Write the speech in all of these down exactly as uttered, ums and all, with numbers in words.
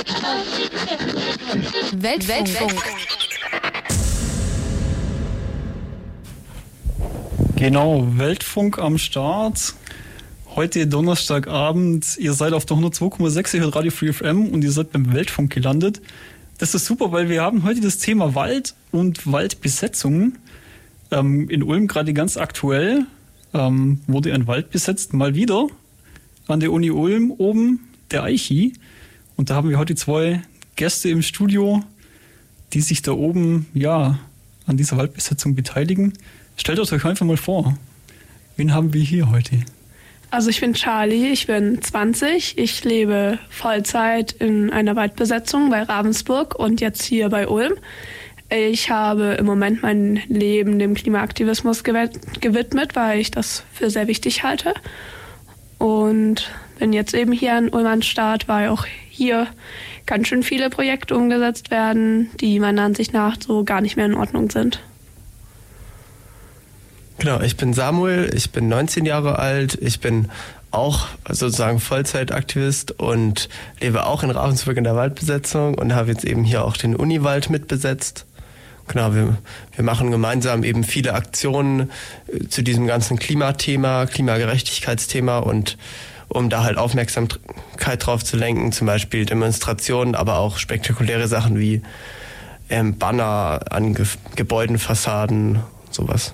Welt- Weltfunk. Genau, Weltfunk am Start. Heute Donnerstagabend. Ihr seid auf der hundertzwei Komma sechs, ihr hört Radio Free F M und ihr seid beim Weltfunk gelandet. Das ist super, weil wir haben heute das Thema Wald und Waldbesetzung. Ähm, in Ulm gerade ganz aktuell ähm, wurde ein Wald besetzt, mal wieder an der Uni Ulm oben, der Eichi. Und da haben wir heute zwei Gäste im Studio, die sich da oben ja an dieser Waldbesetzung beteiligen. Stellt euch einfach mal vor, wen haben wir hier heute? Also ich bin Charlie, ich bin zwanzig, ich lebe Vollzeit in einer Waldbesetzung bei Ravensburg und jetzt hier bei Ulm. Ich habe im Moment mein Leben dem Klimaaktivismus gewidmet, weil ich das für sehr wichtig halte. Und bin jetzt eben hier in Ulm am Start, weil auch hier ganz schön viele Projekte umgesetzt werden, die meiner Ansicht nach so gar nicht mehr in Ordnung sind. Genau, ich bin Samuel, ich bin neunzehn Jahre alt, ich bin auch sozusagen Vollzeitaktivist und lebe auch in Ravensburg in der Waldbesetzung und habe jetzt eben hier auch den Uniwald mitbesetzt. Genau, wir, wir machen gemeinsam eben viele Aktionen zu diesem ganzen Klimathema, Klimagerechtigkeitsthema und um da halt Aufmerksamkeit drauf zu lenken, zum Beispiel Demonstrationen, aber auch spektakuläre Sachen wie ähm, Banner an Ge- Gebäudenfassaden, sowas.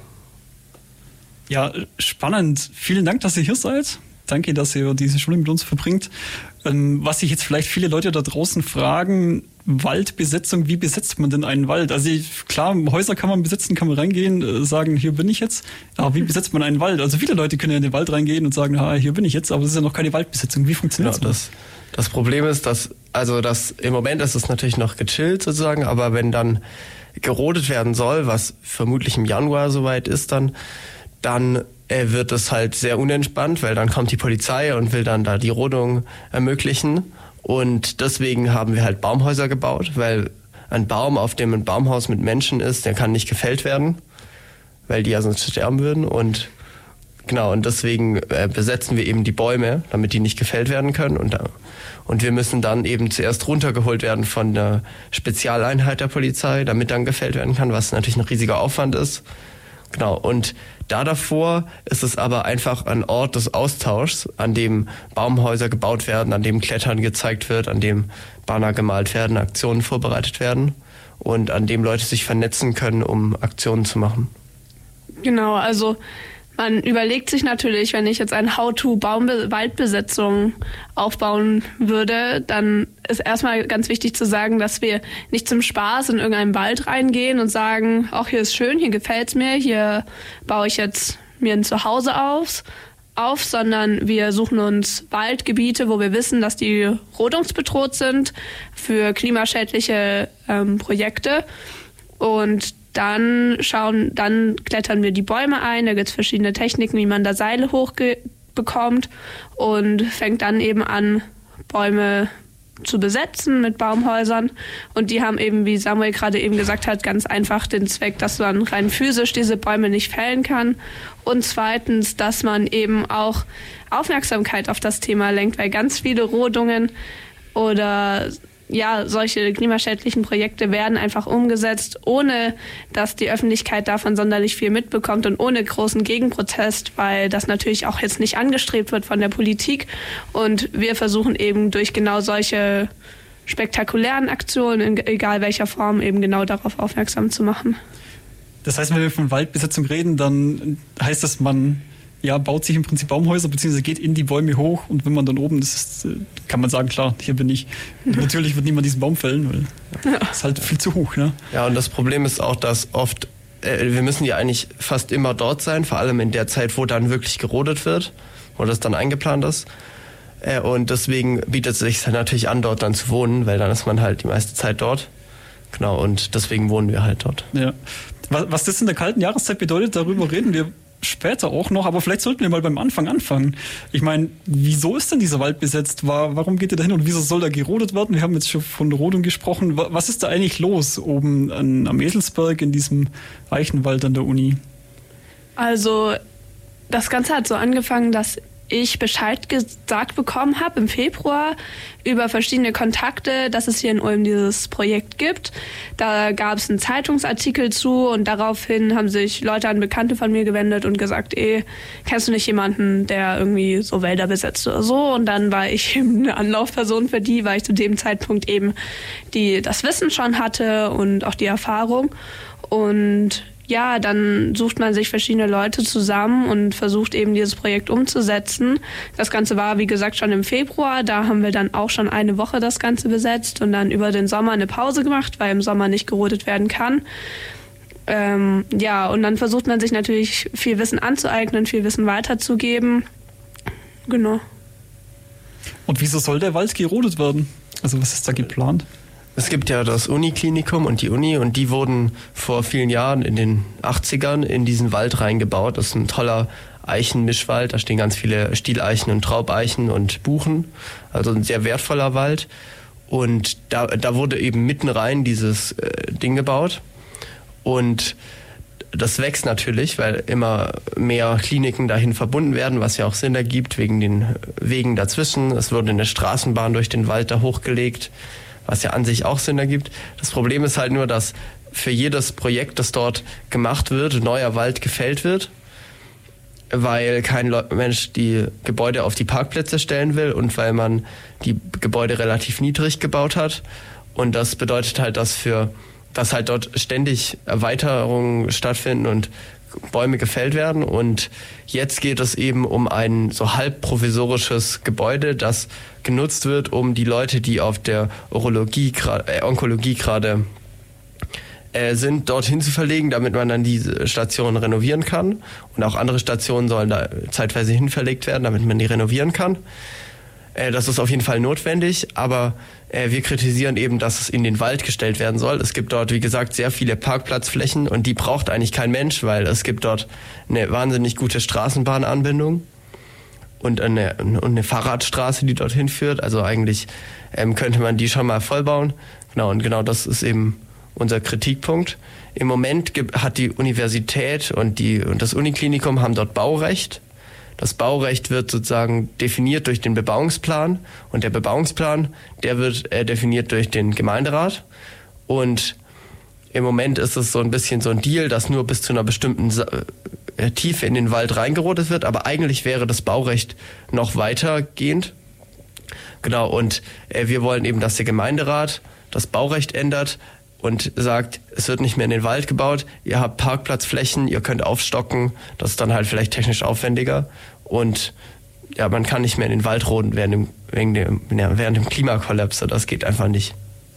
Ja, spannend. Vielen Dank, dass ihr hier seid. Danke, dass ihr diese Stunde mit uns verbringt. Ähm, was sich jetzt vielleicht viele Leute da draußen fragen, Waldbesetzung, wie besetzt man denn einen Wald? Also ich, klar, Häuser kann man besetzen, kann man reingehen, äh, sagen, hier bin ich jetzt. Aber wie besetzt man einen Wald? Also viele Leute können ja in den Wald reingehen und sagen, ha, hier bin ich jetzt, aber es ist ja noch keine Waldbesetzung. Wie funktioniert genau, das? Das Problem ist, dass, also das, im Moment ist es natürlich noch gechillt sozusagen, aber wenn dann gerodet werden soll, was vermutlich im Januar soweit ist dann, dann äh, wird es halt sehr unentspannt, weil dann kommt die Polizei und will dann da die Rodung ermöglichen. Und deswegen haben wir halt Baumhäuser gebaut, weil ein Baum, auf dem ein Baumhaus mit Menschen ist, der kann nicht gefällt werden, weil die ja sonst sterben würden. Und genau, und deswegen äh, besetzen wir eben die Bäume, damit die nicht gefällt werden können. Und, da, und wir müssen dann eben zuerst runtergeholt werden von der Spezialeinheit der Polizei, damit dann gefällt werden kann, was natürlich ein riesiger Aufwand ist. Genau, und da davor ist es aber einfach ein Ort des Austauschs, an dem Baumhäuser gebaut werden, an dem Klettern gezeigt wird, an dem Banner gemalt werden, Aktionen vorbereitet werden und an dem Leute sich vernetzen können, um Aktionen zu machen. Genau, also man überlegt sich natürlich, wenn ich jetzt ein How-to-Baumwaldbesetzung aufbauen würde, dann ist erstmal ganz wichtig zu sagen, dass wir nicht zum Spaß in irgendeinen Wald reingehen und sagen, ach, hier ist schön, hier gefällt's mir, hier baue ich jetzt mir ein Zuhause auf, auf, sondern wir suchen uns Waldgebiete, wo wir wissen, dass die rodungsbedroht sind für klimaschädliche ähm, Projekte und Dann schauen, dann klettern wir die Bäume ein. Da gibt es verschiedene Techniken, wie man da Seile hochbekommt und fängt dann eben an, Bäume zu besetzen mit Baumhäusern. Und die haben eben, wie Samuel gerade eben gesagt hat, ganz einfach den Zweck, dass man rein physisch diese Bäume nicht fällen kann. Und zweitens, dass man eben auch Aufmerksamkeit auf das Thema lenkt, weil ganz viele Rodungen oder ja, solche klimaschädlichen Projekte werden einfach umgesetzt, ohne dass die Öffentlichkeit davon sonderlich viel mitbekommt und ohne großen Gegenprotest, weil das natürlich auch jetzt nicht angestrebt wird von der Politik. Und wir versuchen eben durch genau solche spektakulären Aktionen, in egal welcher Form, eben genau darauf aufmerksam zu machen. Das heißt, wenn wir von Waldbesetzung reden, dann heißt das, man ja, baut sich im Prinzip Baumhäuser, beziehungsweise geht in die Bäume hoch und wenn man dann oben ist, kann man sagen, klar, hier bin ich. Und natürlich wird niemand diesen Baum fällen, weil ja, das ist halt viel zu hoch. Ne? Ja, und das Problem ist auch, dass oft, äh, wir müssen ja eigentlich fast immer dort sein, vor allem in der Zeit, wo dann wirklich gerodet wird, wo das dann eingeplant ist. Äh, und deswegen bietet es sich halt natürlich an, dort dann zu wohnen, weil dann ist man halt die meiste Zeit dort. Genau, und deswegen wohnen wir halt dort. Ja. Was, was das in der kalten Jahreszeit bedeutet, darüber reden wir später auch noch, aber vielleicht sollten wir mal beim Anfang anfangen. Ich meine, wieso ist denn dieser Wald besetzt? War, warum geht ihr da hin und wieso soll da gerodet werden? Wir haben jetzt schon von Rodung gesprochen. Was ist da eigentlich los oben an, am Eselsberg in diesem Eichenwald an der Uni? Also das Ganze hat so angefangen, dass ich Bescheid gesagt bekommen habe im Februar über verschiedene Kontakte, dass es hier in Ulm dieses Projekt gibt. Da gab es einen Zeitungsartikel zu und daraufhin haben sich Leute an Bekannte von mir gewendet und gesagt, ey, kennst du nicht jemanden, der irgendwie so Wälder besetzt oder so? Und dann war ich eben eine Anlaufperson für die, weil ich zu dem Zeitpunkt eben die das Wissen schon hatte und auch die Erfahrung. Und ja, dann sucht man sich verschiedene Leute zusammen und versucht eben dieses Projekt umzusetzen. Das Ganze war, wie gesagt, schon im Februar. Da haben wir dann auch schon eine Woche das Ganze besetzt und dann über den Sommer eine Pause gemacht, weil im Sommer nicht gerodet werden kann. Ähm, ja, und dann versucht man sich natürlich viel Wissen anzueignen, viel Wissen weiterzugeben. Genau. Und wieso soll der Wald gerodet werden? Also was ist da geplant? Es gibt ja das Uniklinikum und die Uni und die wurden vor vielen Jahren in den achtzigern in diesen Wald reingebaut. Das ist ein toller Eichenmischwald, da stehen ganz viele Stieleichen und Traubeichen und Buchen, also ein sehr wertvoller Wald. Und da, da wurde eben mitten rein dieses äh, Ding gebaut und das wächst natürlich, weil immer mehr Kliniken dahin verbunden werden, was ja auch Sinn ergibt wegen den Wegen dazwischen. Es wurde eine Straßenbahn durch den Wald da hochgelegt, was ja an sich auch Sinn ergibt. Das Problem ist halt nur, dass für jedes Projekt, das dort gemacht wird, neuer Wald gefällt wird, weil kein Mensch die Gebäude auf die Parkplätze stellen will und weil man die Gebäude relativ niedrig gebaut hat. Und das bedeutet halt, dass für dass halt dort ständig Erweiterungen stattfinden und Bäume gefällt werden. Und jetzt geht es eben um ein so halb provisorisches Gebäude, das genutzt wird, um die Leute, die auf der Urologie, äh, Onkologie gerade äh, sind, dorthin zu verlegen, damit man dann diese Station renovieren kann. Und auch andere Stationen sollen da zeitweise hin verlegt werden, damit man die renovieren kann. Äh, das ist auf jeden Fall notwendig, aber äh, wir kritisieren eben, dass es in den Wald gestellt werden soll. Es gibt dort, wie gesagt, sehr viele Parkplatzflächen und die braucht eigentlich kein Mensch, weil es gibt dort eine wahnsinnig gute Straßenbahnanbindung und eine, und eine Fahrradstraße, die dorthin führt. Also eigentlich ähm, könnte man die schon mal vollbauen. Genau, und genau das ist eben unser Kritikpunkt. Im Moment gibt, hat die Universität und, die, und das Uniklinikum haben dort Baurecht. Das Baurecht wird sozusagen definiert durch den Bebauungsplan und der Bebauungsplan, der wird äh, definiert durch den Gemeinderat. Und im Moment ist es so ein bisschen so ein Deal, dass nur bis zu einer bestimmten äh, Tiefe in den Wald reingerodet wird, aber eigentlich wäre das Baurecht noch weitergehend. Genau, und äh, wir wollen eben, dass der Gemeinderat das Baurecht ändert und sagt, es wird nicht mehr in den Wald gebaut, ihr habt Parkplatzflächen, ihr könnt aufstocken, das ist dann halt vielleicht technisch aufwendiger und ja, man kann nicht mehr in den Wald roden während dem, wegen dem, ja, während dem Klimakollaps, das geht einfach nicht.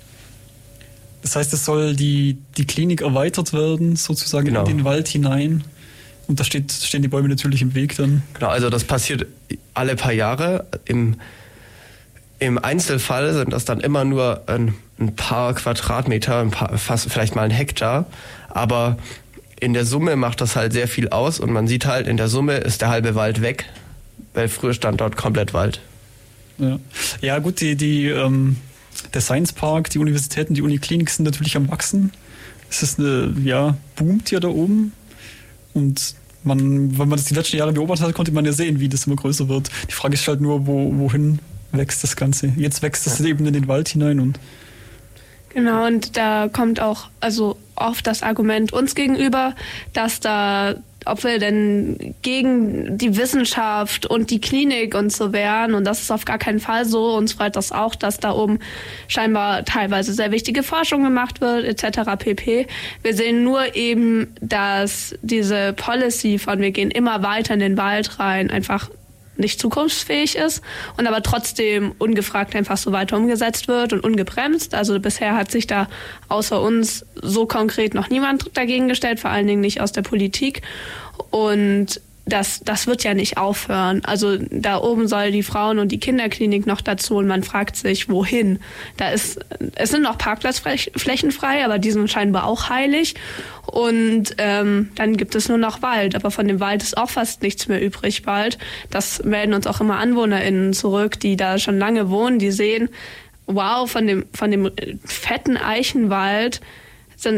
Das heißt, es soll die, die Klinik erweitert werden, sozusagen genau. In den Wald hinein und da steht, stehen die Bäume natürlich im Weg dann. Genau, also das passiert alle paar Jahre. Im, im Einzelfall sind das dann immer nur ein ein paar Quadratmeter, ein paar, fast vielleicht mal ein Hektar, aber in der Summe macht das halt sehr viel aus und man sieht halt, in der Summe ist der halbe Wald weg, weil früher stand dort komplett Wald. Ja, ja gut, die, die, ähm, der Science Park, die Universitäten, die Uniklinik sind natürlich am Wachsen. Es ist eine, ja, boomt hier da oben und man, wenn man das die letzten Jahre beobachtet hat, konnte man ja sehen, wie das immer größer wird. Die Frage ist halt nur, wo, wohin wächst das Ganze. Jetzt wächst das ja. eben in den Wald hinein und genau, und da kommt auch also oft das Argument uns gegenüber, dass da, ob wir denn gegen die Wissenschaft und die Klinik und so wären, und das ist auf gar keinen Fall so. Uns freut das auch, dass da oben scheinbar teilweise sehr wichtige Forschung gemacht wird, et cetera pp. Wir sehen nur eben, dass diese Policy von wir gehen immer weiter in den Wald rein einfach nicht zukunftsfähig ist und aber trotzdem ungefragt einfach so weiter umgesetzt wird und ungebremst. Also bisher hat sich da außer uns so konkret noch niemand dagegen gestellt, vor allen Dingen nicht aus der Politik. Und das, das wird ja nicht aufhören. Also da oben soll die Frauen- und die Kinderklinik noch dazu und man fragt sich, wohin? Da ist, es sind noch Parkplatzflächen frei, aber die sind scheinbar auch heilig. Und ähm, dann gibt es nur noch Wald, aber von dem Wald ist auch fast nichts mehr übrig bald. Das melden uns auch immer AnwohnerInnen zurück, die da schon lange wohnen, die sehen, wow, von dem, von dem fetten Eichenwald sind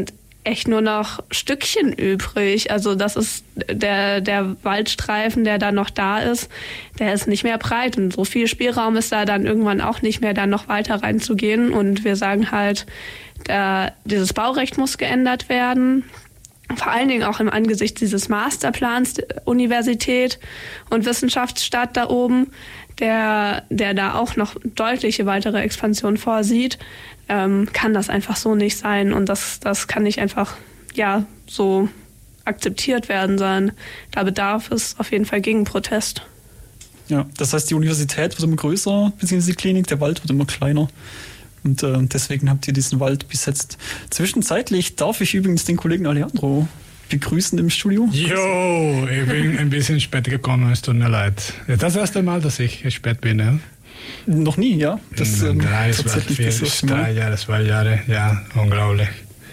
echt nur noch Stückchen übrig. Also das ist der, der Waldstreifen, der da noch da ist, der ist nicht mehr breit. Und so viel Spielraum ist da dann irgendwann auch nicht mehr, da noch weiter reinzugehen. Und wir sagen halt, da, dieses Baurecht muss geändert werden. Vor allen Dingen auch im Angesicht dieses Masterplans Universität und Wissenschaftsstadt da oben, der, der da auch noch deutliche weitere Expansion vorsieht, ähm, kann das einfach so nicht sein. Und das, das kann nicht einfach ja so akzeptiert werden, sondern da bedarf es auf jeden Fall Gegenprotest. Ja, das heißt, die Universität wird immer größer, beziehungsweise die Klinik, der Wald wird immer kleiner. Und äh, deswegen habt ihr diesen Wald besetzt. Zwischenzeitlich darf ich übrigens den Kollegen Alejandro begrüßen im Studio. Jo, ich bin ein bisschen spät gekommen, es tut mir leid. Das erste Mal, dass ich spät bin, ja? Noch nie, ja? Das, ähm, drei, tatsächlich vier, das erste Mal. drei Jahre, zwei Jahre, ja, unglaublich.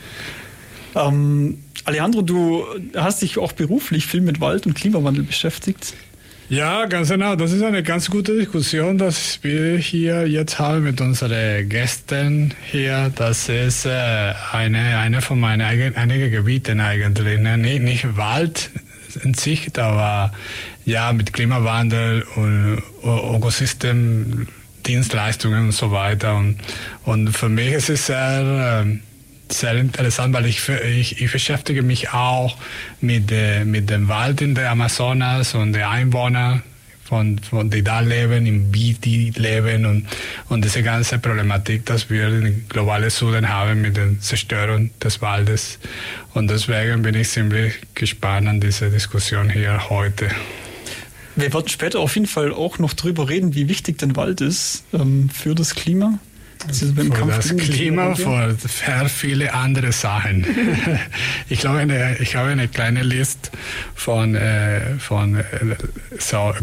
Ähm, Alejandro, du hast dich auch beruflich viel mit Wald und Klimawandel beschäftigt. Ja, ganz genau. Das ist eine ganz gute Diskussion, dass wir hier jetzt haben mit unseren Gästen hier. Das ist äh, eine, eine von meinen eigenen, einigen Gebieten eigentlich. Ne? Nicht, nicht Wald in sich, aber ja, mit Klimawandel und Ökosystemdienstleistungen und so weiter. Und, und für mich ist es sehr... Äh, sehr interessant, weil ich, ich, ich beschäftige mich auch mit, äh, mit dem Wald in der Amazonas und den Einwohnern, von, von die da leben, im Gebiet die leben und, und diese ganze Problematik, dass wir im globalen Süden haben mit der Zerstörung des Waldes. Und deswegen bin ich ziemlich gespannt an diese Diskussion hier heute. Wir werden später auf jeden Fall auch noch drüber reden, wie wichtig der Wald ist ähm, für das Klima. Das ist beim für Kampf das Klima, für sehr viele andere Sachen. ich glaube, eine, ich habe eine kleine Liste von, äh, von äh, so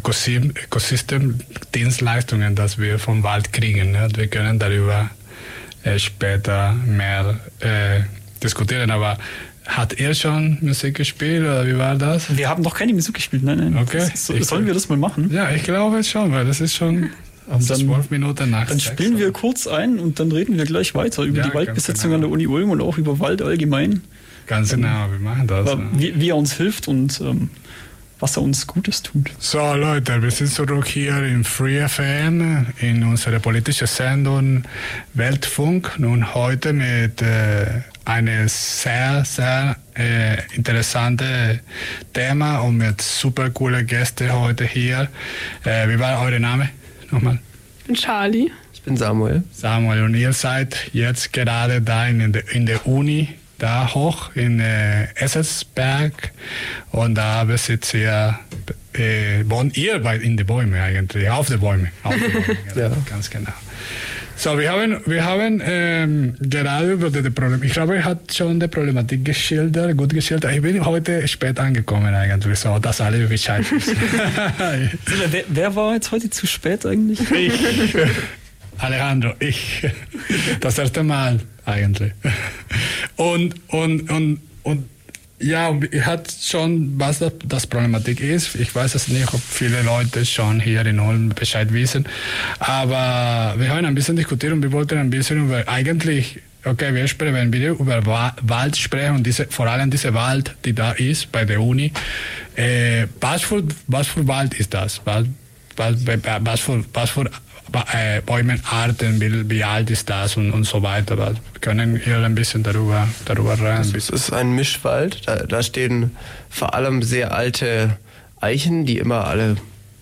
Ökosystemdienstleistungen, die wir vom Wald kriegen. Ne? Wir können darüber äh, später mehr äh, diskutieren. Aber hat ihr schon Musik gespielt oder wie war das? Wir haben noch keine Musik gespielt, nein, nein. Okay. So, sollen wir das mal machen? Ja, ich glaube schon, weil das ist schon... Und dann, zwölf Minuten nach dann spielen wir kurz ein und dann reden wir gleich weiter über ja, die Waldbesetzung genau. an der Uni Ulm und auch über Wald allgemein. Ganz genau, wir machen das. Ja. Wie, wie er uns hilft und ähm, was er uns Gutes tut. So Leute, wir sind zurück hier in Free F M in unserer politischen Sendung Weltfunk. Nun heute mit äh, einem sehr, sehr äh, interessanten Thema und mit super coolen Gästen heute hier. Äh, wie war euer Name? Nochmal. Ich bin Charlie. Ich bin Samuel. Samuel, und ihr seid jetzt gerade da in der, in der Uni, da hoch in äh, Esselsberg, und da besitzt ihr, äh, wohnt ihr bei, in den Bäumen eigentlich, auf den Bäumen. Auf den Bäumen ja. Ganz genau. So, wir haben, wir haben ähm, gerade über das Problem, ich glaube, er hat schon die Problematik geschildert, gut geschildert. Ich bin heute spät angekommen eigentlich, so, dass alle Bescheid wissen. wer, wer war jetzt heute zu spät eigentlich? Ich. Alejandro, ich. Das erste Mal eigentlich. Und, und, und, und ja, er hat schon, was das, das Problematik ist. Ich weiß es nicht, ob viele Leute schon hier in Ulm Bescheid wissen. Aber wir haben ein bisschen diskutiert und wir wollten ein bisschen über eigentlich, okay, wir sprechen, wenn wir über Wald sprechen und diese, vor allem diese Wald, die da ist bei der Uni, äh, was, für, was für Wald ist das? Was, was, was für, was für äh, Bäumenarten, wie, wie alt ist das und, und so weiter. Wir können hier ein bisschen darüber, darüber reden. Es ist ein Mischwald. Da, da stehen vor allem sehr alte Eichen, die immer alle,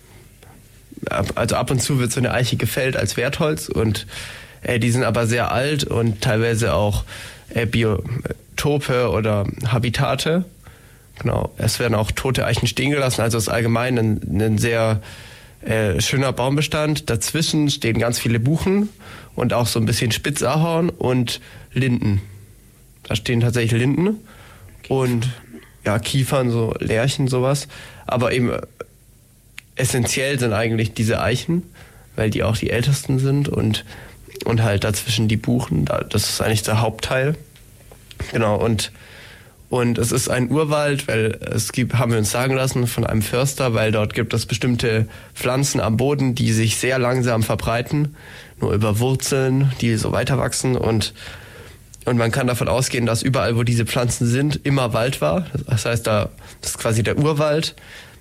also ab und zu wird so eine Eiche gefällt als Wertholz, und äh, die sind aber sehr alt und teilweise auch äh, Biotope oder Habitate. Genau. Es werden auch tote Eichen stehen gelassen, also ist allgemein ein, ein sehr Äh, schöner Baumbestand. Dazwischen stehen ganz viele Buchen und auch so ein bisschen Spitzahorn und Linden. Da stehen tatsächlich Linden und ja, Kiefern, so Lärchen, sowas. Aber eben essentiell sind eigentlich diese Eichen, weil die auch die ältesten sind, und, und halt dazwischen die Buchen. Das ist eigentlich der Hauptteil. Genau, und Und es ist ein Urwald, weil es gibt, haben wir uns sagen lassen von einem Förster, weil dort gibt es bestimmte Pflanzen am Boden, die sich sehr langsam verbreiten, nur über Wurzeln, die so weiter wachsen. Und, Und man kann davon ausgehen, dass überall, wo diese Pflanzen sind, immer Wald war. Das heißt, da das ist quasi der Urwald.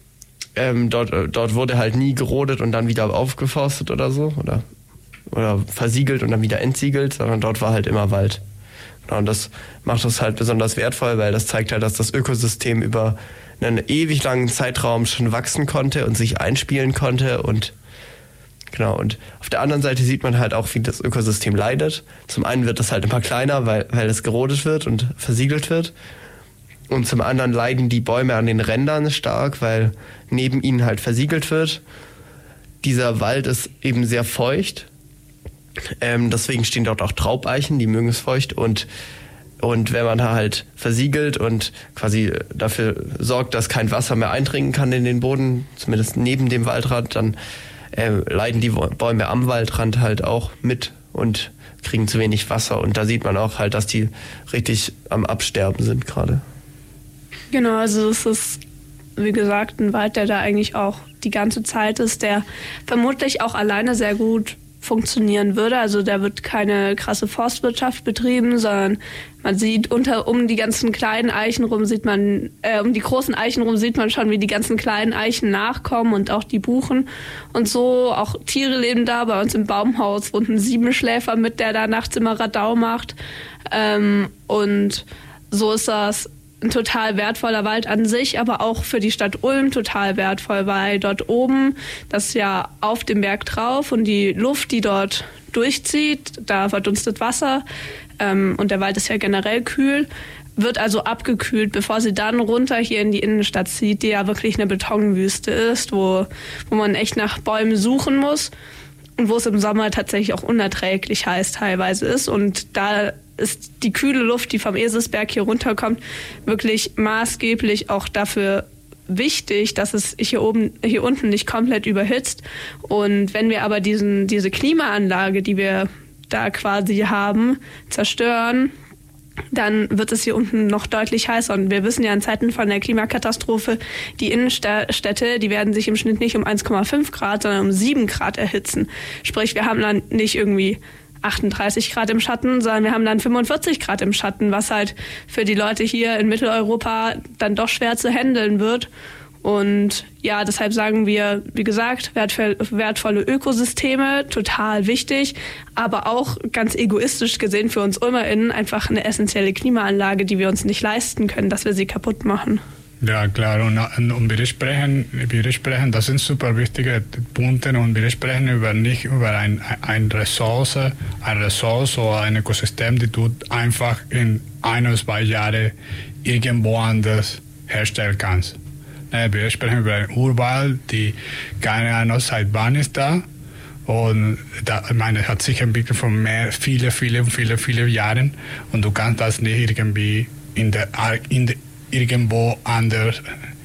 Ähm, dort, dort wurde halt nie gerodet und dann wieder aufgeforstet oder so. Oder, oder versiegelt und dann wieder entsiegelt, sondern dort war halt immer Wald. Genau, und das macht das halt besonders wertvoll, weil das zeigt halt, dass das Ökosystem über einen ewig langen Zeitraum schon wachsen konnte und sich einspielen konnte. Und genau, und auf der anderen Seite sieht man halt auch, wie das Ökosystem leidet. Zum einen wird das halt immer kleiner, weil, weil es gerodet wird und versiegelt wird. Und zum anderen leiden die Bäume an den Rändern stark, weil neben ihnen halt versiegelt wird. Dieser Wald ist eben sehr feucht. Ähm, deswegen stehen dort auch Traubeichen, die mögen es feucht. Und, und wenn man halt versiegelt und quasi dafür sorgt, dass kein Wasser mehr eindringen kann in den Boden, zumindest neben dem Waldrand, dann äh, leiden die Bäume am Waldrand halt auch mit und kriegen zu wenig Wasser. Und da sieht man auch halt, dass die richtig am Absterben sind gerade. Genau, also es ist, wie gesagt, ein Wald, der da eigentlich auch die ganze Zeit ist, der vermutlich auch alleine sehr gut funktionieren würde. Also da wird keine krasse Forstwirtschaft betrieben, sondern man sieht unter um die ganzen kleinen Eichen rum sieht man, äh, um die großen Eichen rum sieht man schon, wie die ganzen kleinen Eichen nachkommen und auch die Buchen und so. Auch Tiere leben da. Bei uns im Baumhaus wohnt ein Siebenschläfer mit, der da nachts immer Radau macht. Ähm, und so ist das ein total wertvoller Wald an sich, aber auch für die Stadt Ulm total wertvoll, weil dort oben, das ist ja auf dem Berg drauf und die Luft, die dort durchzieht, da verdunstet Wasser ähm, und der Wald ist ja generell kühl, wird also abgekühlt, bevor sie dann runter hier in die Innenstadt zieht, die ja wirklich eine Betonwüste ist, wo, wo man echt nach Bäumen suchen muss und wo es im Sommer tatsächlich auch unerträglich heiß teilweise ist und da ist die kühle Luft, die vom Eselsberg hier runterkommt, wirklich maßgeblich auch dafür wichtig, dass es hier oben, hier unten nicht komplett überhitzt. Und wenn wir aber diesen, diese Klimaanlage, die wir da quasi haben, zerstören, dann wird es hier unten noch deutlich heißer. Und wir wissen ja in Zeiten von der Klimakatastrophe, die Innenstädte, die werden sich im Schnitt nicht um eins Komma fünf Grad, sondern um sieben Grad erhitzen. Sprich, wir haben dann nicht irgendwie achtunddreißig Grad im Schatten, sondern wir haben dann fünfundvierzig Grad im Schatten, was halt für die Leute hier in Mitteleuropa dann doch schwer zu handeln wird. Und ja, deshalb sagen wir, wie gesagt, wertvolle Ökosysteme, total wichtig, aber auch ganz egoistisch gesehen für uns UlmerInnen einfach eine essentielle Klimaanlage, die wir uns nicht leisten können, dass wir sie kaputt machen. Ja, klar. Und, und wir, sprechen, wir sprechen, das sind super wichtige Punkte und wir sprechen über nicht über ein, ein Ressource, ein Ressource oder ein Ökosystem, die du einfach in ein oder zwei Jahren irgendwo anders herstellen kannst. Wir sprechen über einen Urwald, die keine Ahnung seit wann ist da. Und da, ich meine, hat sich entwickelt von mehr, viele, viele, viele, viele Jahren und du kannst das nicht irgendwie in der, in der irgendwo anders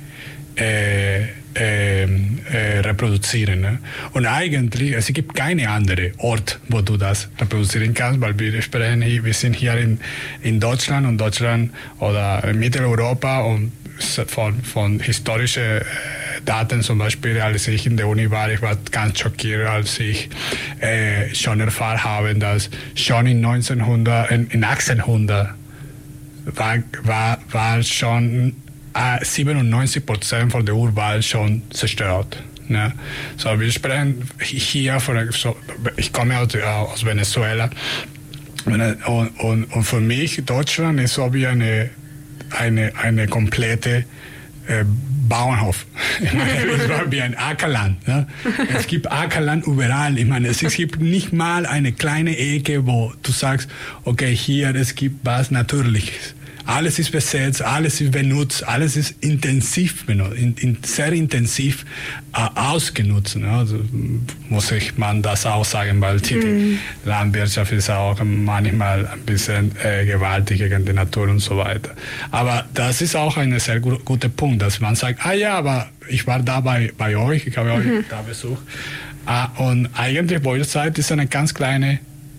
äh, äh, äh, reproduzieren. Ne? Und eigentlich, es gibt keine andere Ort, wo du das reproduzieren kannst, weil wir sprechen hier, wir sind hier in, in Deutschland und Deutschland oder in Mitteleuropa und von, von historischen Daten zum Beispiel, als ich in der Uni war, ich war ganz schockiert, als ich äh, schon erfahren habe, dass schon in neunzehnhundert, in, in achtzehnhundert War, war, war schon äh, siebenundneunzig Prozent von der Urwald schon zerstört. Ne? So, wir sprechen hier von, so, ich komme aus, aus Venezuela und, und, und für mich Deutschland ist so wie eine, eine, eine komplette äh, Bauernhof. Ich meine, es war wie ein Ackerland. Ne? Es gibt Ackerland überall. Ich meine, es gibt nicht mal eine kleine Ecke, wo du sagst, okay, hier, es gibt was Natürliches. Alles ist besetzt, alles ist benutzt, alles ist intensiv benutzt, in, in, sehr intensiv äh, ausgenutzt. Ne? Also muss ich man das auch sagen, weil die mm. Landwirtschaft ist auch manchmal ein bisschen äh, gewaltig gegen die Natur und so weiter. Aber das ist auch ein sehr gu- guter Punkt, dass man sagt, ah ja, aber ich war da bei, bei euch, ich habe mm-hmm. euch da besucht. Ah, und eigentlich Beutezeit ist eine ganz kleine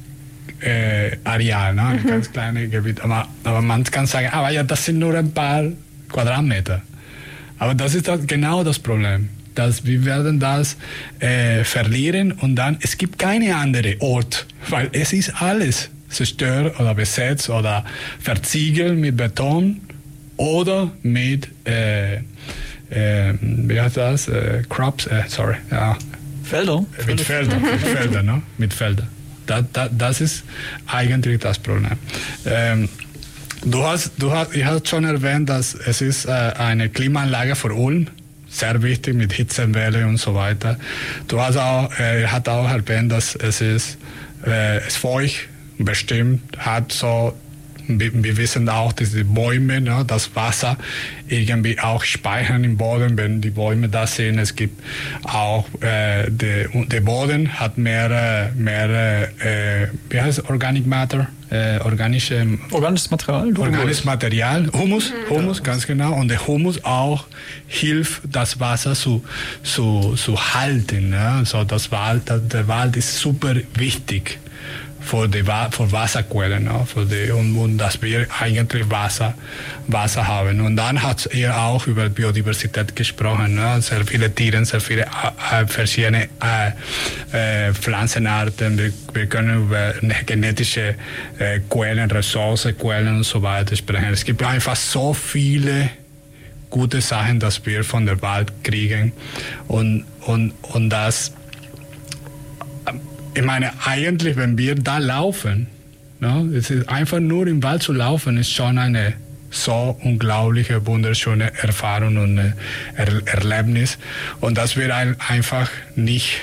Äh, Areal, ne? Ein mhm. ganz kleines Gebiet. Aber, aber man kann sagen, aber ja, das sind nur ein paar Quadratmeter. Aber das ist das, genau das Problem. Dass wir werden das äh, verlieren und dann, es gibt keine andere Ort, weil es ist alles zerstört oder besetzt oder verziegelt mit Beton oder mit, äh, äh, wie heißt das, äh, Crops, äh, sorry, ja. Felder? Mit Feldern, mit Feldern, ne? Mit Feldern. Da, da, das ist eigentlich das Problem. Ähm, du hast, du hast, ich habe schon erwähnt, dass es ist äh, eine Klimaanlage für Ulm, sehr wichtig mit Hitzewelle und so weiter. Du hast auch, äh, er hat auch erwähnt, dass es ist, äh, es feucht, bestimmt, hat so. Wir wissen auch, dass die Bäume, ne, das Wasser irgendwie auch speichern im Boden, wenn die Bäume da sind. Es gibt auch, äh, der, der Boden hat mehrere, mehrere äh, wie heißt es, Organic Matter, äh, organische, organisches Material. Organisches Material, Humus, Humus, ganz genau. Und der Humus auch hilft, das Wasser zu, zu, zu halten. Ne? So, das Wald, der Wald ist super wichtig für die für Wasserquellen, ne? für die, und, und dass wir eigentlich Wasser, Wasser haben. Und dann hat er auch über Biodiversität gesprochen, ne? Sehr viele Tiere, sehr viele äh, verschiedene äh, äh, Pflanzenarten. Wir, wir können über genetische äh, Quellen, Ressourcenquellen und so weiter sprechen. Es gibt einfach so viele gute Sachen, dass wir von der Wald kriegen und, und, und das. Ich meine, eigentlich, wenn wir da laufen, ne, es ist einfach nur im Wald zu laufen, ist schon eine so unglaubliche, wunderschöne Erfahrung und er Erlebnis. Und das wird ein, einfach nicht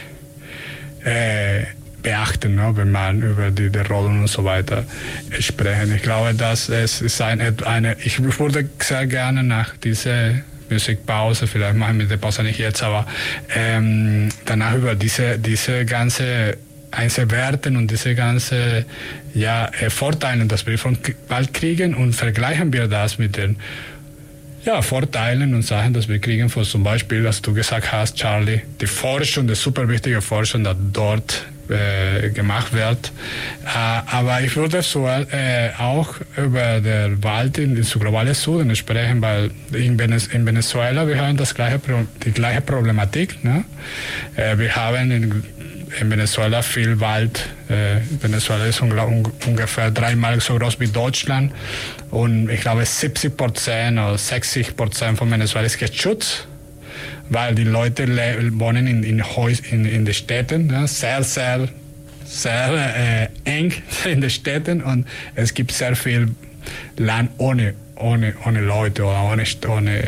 äh, beachten, ne, wenn man über die, die Rollen und so weiter sprechen. Ich glaube, dass es ist eine, eine ich würde sehr gerne nach dieser Musikpause, vielleicht machen wir die Pause nicht jetzt, aber ähm, danach über diese, diese ganze Einzelwerten und diese ganze ja, Vorteile, dass wir vom Wald kriegen und vergleichen wir das mit den ja, Vorteilen und Sachen, dass wir kriegen, von zum Beispiel, was du gesagt hast, Charlie, die Forschung, die super wichtige Forschung, die dort äh, gemacht wird. Äh, aber ich würde so äh, auch über den Wald in, in globalen Süden sprechen, weil in, Venez in Venezuela wir haben das gleiche, die gleiche Problematik. Ne? Äh, wir haben in in Venezuela viel Wald. Äh, Venezuela ist un ungefähr dreimal so groß wie Deutschland und ich glaube siebzig Prozent oder sechzig Prozent von Venezuela ist geschützt, weil die Leute wohnen in, in, in, in den Städten, ja, sehr, sehr, sehr äh, eng in den Städten und es gibt sehr viel Land ohne, ohne, ohne Leute oder ohne, ohne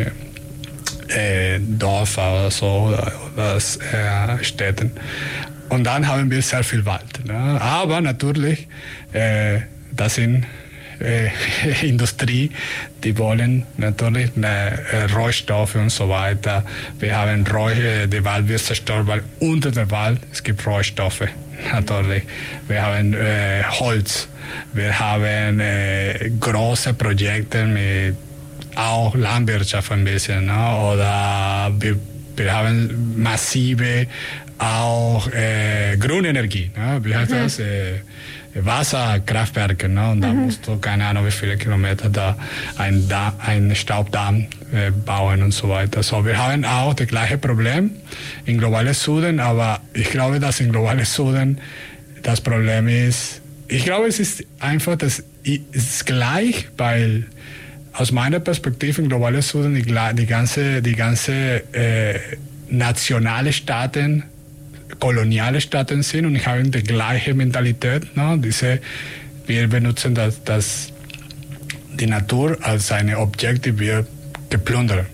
äh, Dörfer oder so, oder, oder äh, Städten. Und dann haben wir sehr viel Wald. Ne? Aber natürlich, äh, das sind äh, Industrie, die wollen natürlich äh, Rohstoffe und so weiter. Wir haben Roh äh, die Wald wird zerstört, weil unter dem Wald es gibt Rohstoffe. Natürlich. Wir haben äh, Holz. Wir haben äh, große Projekte mit auch Landwirtschaft ein bisschen. Ne? Oder wir, wir haben massive auch äh, Grünenergie, ne? Wie heißt mhm. das? Äh, Wasserkraftwerke, ne? Und da mhm. musst du, keine Ahnung, wie viele Kilometer da ein, da, ein Staubdamm äh, bauen und so weiter. So, wir haben auch das gleiche Problem im globalen Süden, aber ich glaube, dass im globalen Süden das Problem ist, ich glaube, es ist einfach, das ist gleich, weil aus meiner Perspektive im globalen Süden die, die ganze, die ganze äh, nationale Staaten koloniale Staaten sind und ich habe die gleiche Mentalität. Ne? Diese, wir benutzen das, das, die Natur als ein Objekt, die wir geplündern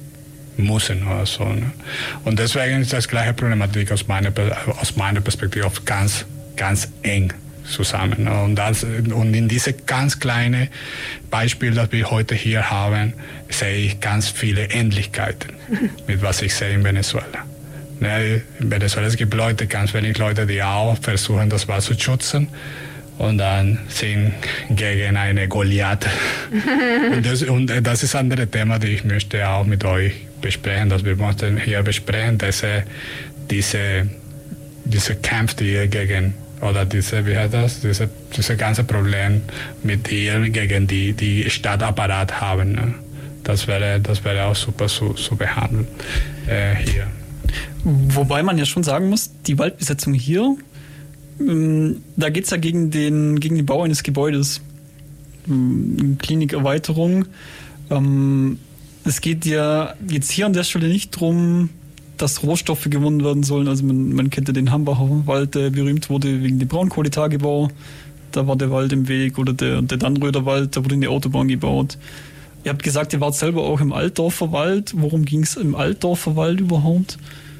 müssen oder so. Ne? Und deswegen ist das gleiche Problematik aus meiner, aus meiner Perspektive ganz, ganz eng zusammen. Ne? Und, das, und in diese ganz kleine Beispiel, das wir heute hier haben, sehe ich ganz viele Ähnlichkeiten mit was ich sehe in Venezuela. Ne, in Venezuela es gibt Leute, ganz wenig Leute, die auch versuchen, das Wald zu schützen und dann sind gegen eine Goliath. und, das, und das ist ein anderes Thema, das ich möchte auch mit euch besprechen, dass wir möchten hier besprechen, diese, diese, diese Kampf, die ihr gegen, oder diese, wie heißt das, diese, diese ganze Problem mit ihr gegen die, die Stadtapparat haben. Ne? Das wäre, das wäre auch super zu, zu behandeln äh, hier. Wobei man ja schon sagen muss, die Waldbesetzung hier ähm, da geht es ja gegen den, gegen den Bau eines Gebäudes. Ähm, Klinikerweiterung. Ähm, es geht ja jetzt hier an der Stelle nicht darum, dass Rohstoffe gewonnen werden sollen. Also man, man kennt ja den Hambacher Wald, der berühmt wurde wegen dem Braunkohletagebau. Da war der Wald im Weg. Oder der, der Dannröder Wald, da wurde eine Autobahn gebaut. Ihr habt gesagt, ihr wart selber auch im Altdorfer Wald. Worum ging es im Altdorfer Wald überhaupt?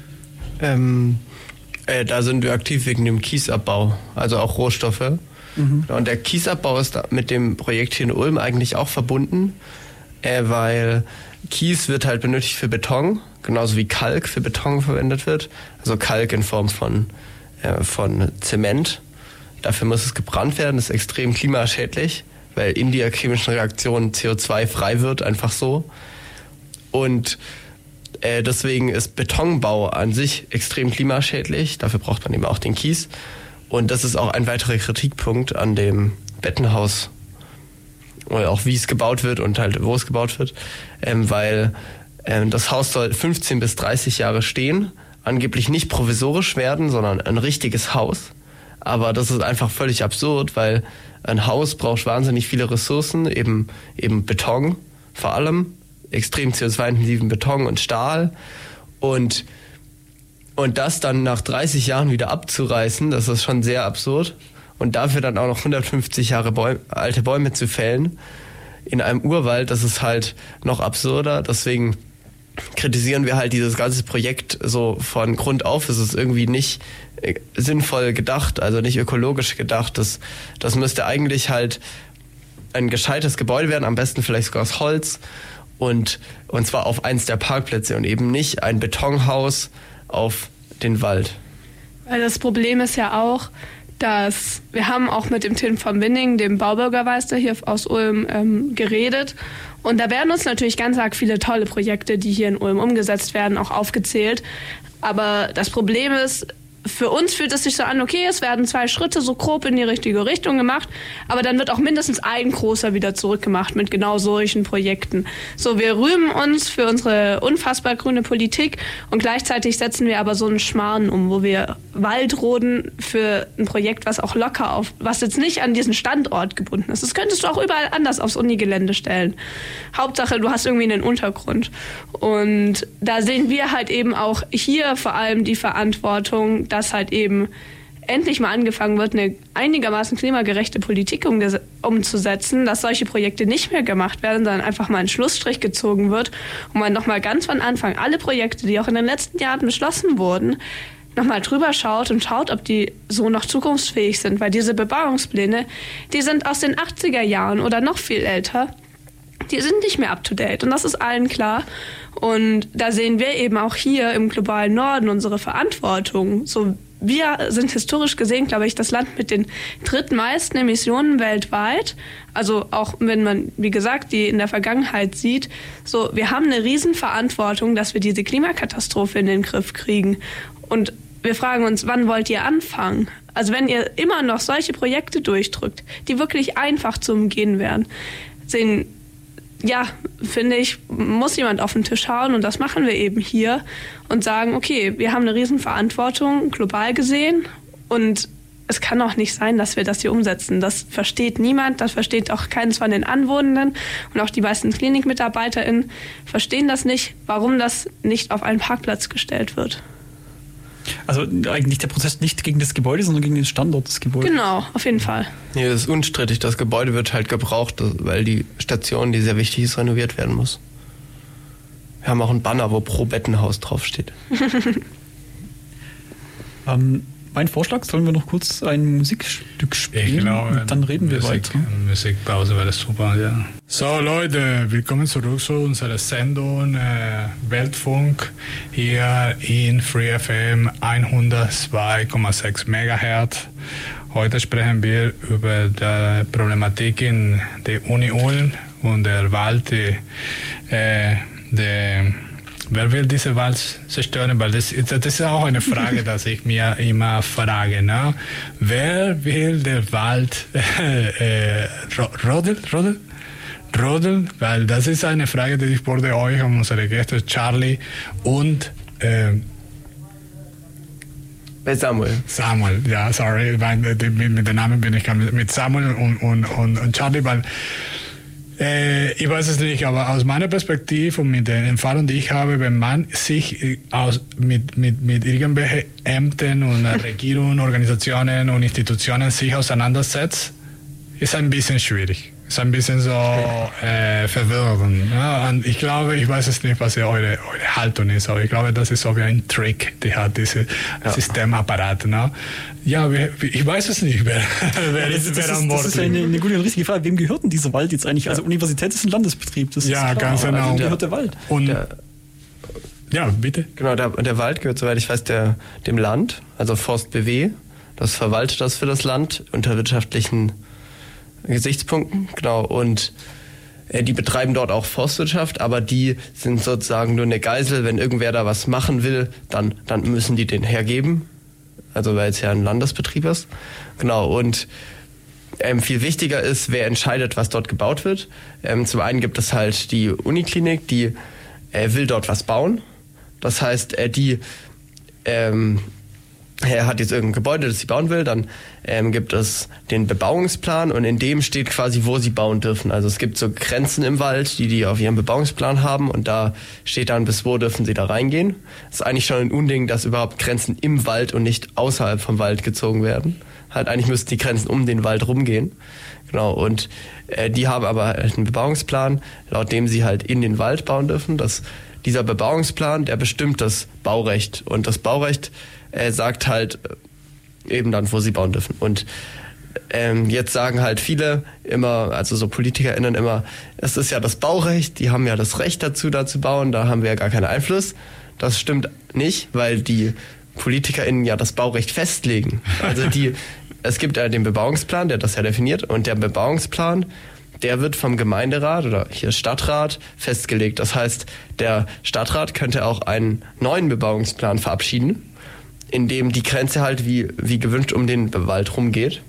Ähm, äh, da sind wir aktiv wegen dem Kiesabbau, also auch Rohstoffe. Mhm. Und der Kiesabbau ist mit dem Projekt hier in Ulm eigentlich auch verbunden, äh, weil Kies wird halt benötigt für Beton, genauso wie Kalk für Beton verwendet wird. Also Kalk in Form von, äh, von Zement. Dafür muss es gebrannt werden, das ist extrem klimaschädlich, weil in der chemischen Reaktion C O zwei frei wird, einfach so. Und äh, deswegen ist Betonbau an sich extrem klimaschädlich. Dafür braucht man eben auch den Kies. Und das ist auch ein weiterer Kritikpunkt an dem Bettenhaus. Oder auch wie es gebaut wird und halt wo es gebaut wird. Ähm, weil ähm, das Haus soll fünfzehn bis dreißig Jahre stehen. Angeblich nicht provisorisch werden, sondern ein richtiges Haus. Aber das ist einfach völlig absurd, weil ein Haus braucht wahnsinnig viele Ressourcen, eben, eben Beton vor allem, extrem C O zwei intensiven Beton und Stahl. Und, und das dann nach dreißig Jahren wieder abzureißen, das ist schon sehr absurd. Und dafür dann auch noch hundertfünfzig Jahre Bäu- alte Bäume zu fällen in einem Urwald, das ist halt noch absurder. Deswegen kritisieren wir halt dieses ganze Projekt so von Grund auf. Es ist irgendwie nicht sinnvoll gedacht, also nicht ökologisch gedacht. Das, das müsste eigentlich halt ein gescheites Gebäude werden, am besten vielleicht sogar aus Holz und, und zwar auf eins der Parkplätze und eben nicht ein Betonhaus auf den Wald. Weil das Problem ist ja auch, dass wir haben auch mit dem Tim von Winning, dem Baubürgermeister hier aus Ulm, ähm, geredet. Und da werden uns natürlich ganz arg viele tolle Projekte, die hier in Ulm umgesetzt werden, auch aufgezählt. Aber das Problem ist, für uns fühlt es sich so an, okay, es werden zwei Schritte so grob in die richtige Richtung gemacht, aber dann wird auch mindestens ein großer wieder zurückgemacht mit genau solchen Projekten. So, wir rühmen uns für unsere unfassbar grüne Politik und gleichzeitig setzen wir aber so einen Schmarrn um, wo wir Wald roden für ein Projekt, was auch locker auf, was jetzt nicht an diesen Standort gebunden ist. Das könntest du auch überall anders aufs Unigelände stellen. Hauptsache, du hast irgendwie einen Untergrund. Und da sehen wir halt eben auch hier vor allem die Verantwortung, dass halt eben endlich mal angefangen wird, eine einigermaßen klimagerechte Politik umges- umzusetzen, dass solche Projekte nicht mehr gemacht werden, sondern einfach mal ein Schlussstrich gezogen wird und man nochmal ganz von Anfang alle Projekte, die auch in den letzten Jahren beschlossen wurden, nochmal drüber schaut und schaut, ob die so noch zukunftsfähig sind, weil diese Bebauungspläne, die sind aus den achtziger Jahren oder noch viel älter, die sind nicht mehr up to date und das ist allen klar. Und da sehen wir eben auch hier im globalen Norden unsere Verantwortung. So, wir sind historisch gesehen, glaube ich, das Land mit den drittmeisten Emissionen weltweit. Also auch wenn man, wie gesagt, die in der Vergangenheit sieht, so, wir haben eine Riesenverantwortung, dass wir diese Klimakatastrophe in den Griff kriegen. Und wir fragen uns, wann wollt ihr anfangen? Also wenn ihr immer noch solche Projekte durchdrückt, die wirklich einfach zu umgehen wären, sehen ja, finde ich, muss jemand auf den Tisch hauen und das machen wir eben hier und sagen, okay, wir haben eine Riesenverantwortung global gesehen und es kann auch nicht sein, dass wir das hier umsetzen. Das versteht niemand, das versteht auch keines von den Anwohnenden und auch die meisten KlinikmitarbeiterInnen verstehen das nicht, warum das nicht auf einen Parkplatz gestellt wird. Also eigentlich der Prozess nicht gegen das Gebäude, sondern gegen den Standort des Gebäudes. Genau, auf jeden Fall. Nee, das ist unstrittig. Das Gebäude wird halt gebraucht, weil die Station, die sehr wichtig ist, renoviert werden muss. Wir haben auch einen Banner, wo pro Bettenhaus draufsteht. ähm, mein Vorschlag, sollen wir noch kurz ein Musikstück spielen? Ich glaube, und dann reden Musik, wir weiter. Musikpause wäre super, ja. So Leute, willkommen zurück zu unserer Sendung äh, Weltfunk hier in Free F M hundertzwei Komma sechs Megahertz. Heute sprechen wir über die Problematik in der Uni Ulm und der Wald, die, äh, der wer will diese Wald zerstören? Weil das, das ist auch eine Frage, die ich mir immer frage. Ne? Wer will den Wald äh, äh, rodeln? Rodeln? Rodeln? Weil das ist eine Frage, die ich wurde euch und unsere Gäste Charlie und äh, Bei Samuel. Samuel, ja, sorry, weil, mit, mit dem Namen bin ich mit, mit Samuel und, und, und, und Charlie, weil äh, ich weiß es nicht, aber aus meiner Perspektive und mit den Erfahrungen, die ich habe, wenn man sich aus, mit, mit, mit irgendwelchen Ämtern und Regierungen, Organisationen und Institutionen sich auseinandersetzt, ist ein bisschen schwierig. Ist ein bisschen so äh, verwirrend. Ja? Und ich glaube, ich weiß es nicht, was eure, eure Haltung ist, aber ich glaube, das ist so wie ein Trick, die hat diese ja. Systemapparat. Ne? Ja, ich weiß es nicht, wer, wer das, ist, das, wer ist, das ist eine, eine gute und richtige Frage. Wem gehört denn dieser Wald jetzt eigentlich? Also Universität ist ein Landesbetrieb, das ja, ist klar. Ganz genau. Also, wem gehört der Wald? Und der, ja, bitte. Genau, der, der Wald gehört, soweit ich weiß, der, dem Land, also Forst B W. Das verwaltet das für das Land unter wirtschaftlichen Gesichtspunkten, genau, und äh, die betreiben dort auch Forstwirtschaft, aber die sind sozusagen nur eine Geisel, wenn irgendwer da was machen will, dann, dann müssen die den hergeben, also weil es ja ein Landesbetrieb ist, genau, und ähm, viel wichtiger ist, wer entscheidet, was dort gebaut wird. Ähm, zum einen gibt es halt die Uniklinik, die äh, will dort was bauen, das heißt, äh, die ähm, er hat jetzt irgendein Gebäude, das sie bauen will, dann ähm, gibt es den Bebauungsplan und in dem steht quasi, wo sie bauen dürfen. Also es gibt so Grenzen im Wald, die die auf ihrem Bebauungsplan haben und da steht dann, bis wo dürfen sie da reingehen. Das ist eigentlich schon ein Unding, dass überhaupt Grenzen im Wald und nicht außerhalb vom Wald gezogen werden. Halt eigentlich müssten die Grenzen um den Wald rumgehen. Genau, und äh, die haben aber halt einen Bebauungsplan, laut dem sie halt in den Wald bauen dürfen. Das, dieser Bebauungsplan, der bestimmt das Baurecht und das Baurecht Er sagt halt eben dann, wo sie bauen dürfen. Und ähm, jetzt sagen halt viele immer, also so PolitikerInnen immer, es ist ja das Baurecht, die haben ja das Recht dazu, da zu bauen, da haben wir ja gar keinen Einfluss. Das stimmt nicht, weil die PolitikerInnen ja das Baurecht festlegen. Also die, es gibt ja den Bebauungsplan, der das ja definiert, und der Bebauungsplan, der wird vom Gemeinderat oder hier Stadtrat festgelegt. Das heißt, der Stadtrat könnte auch einen neuen Bebauungsplan verabschieden, in dem die Grenze halt wie, wie gewünscht um den Wald rumgeht.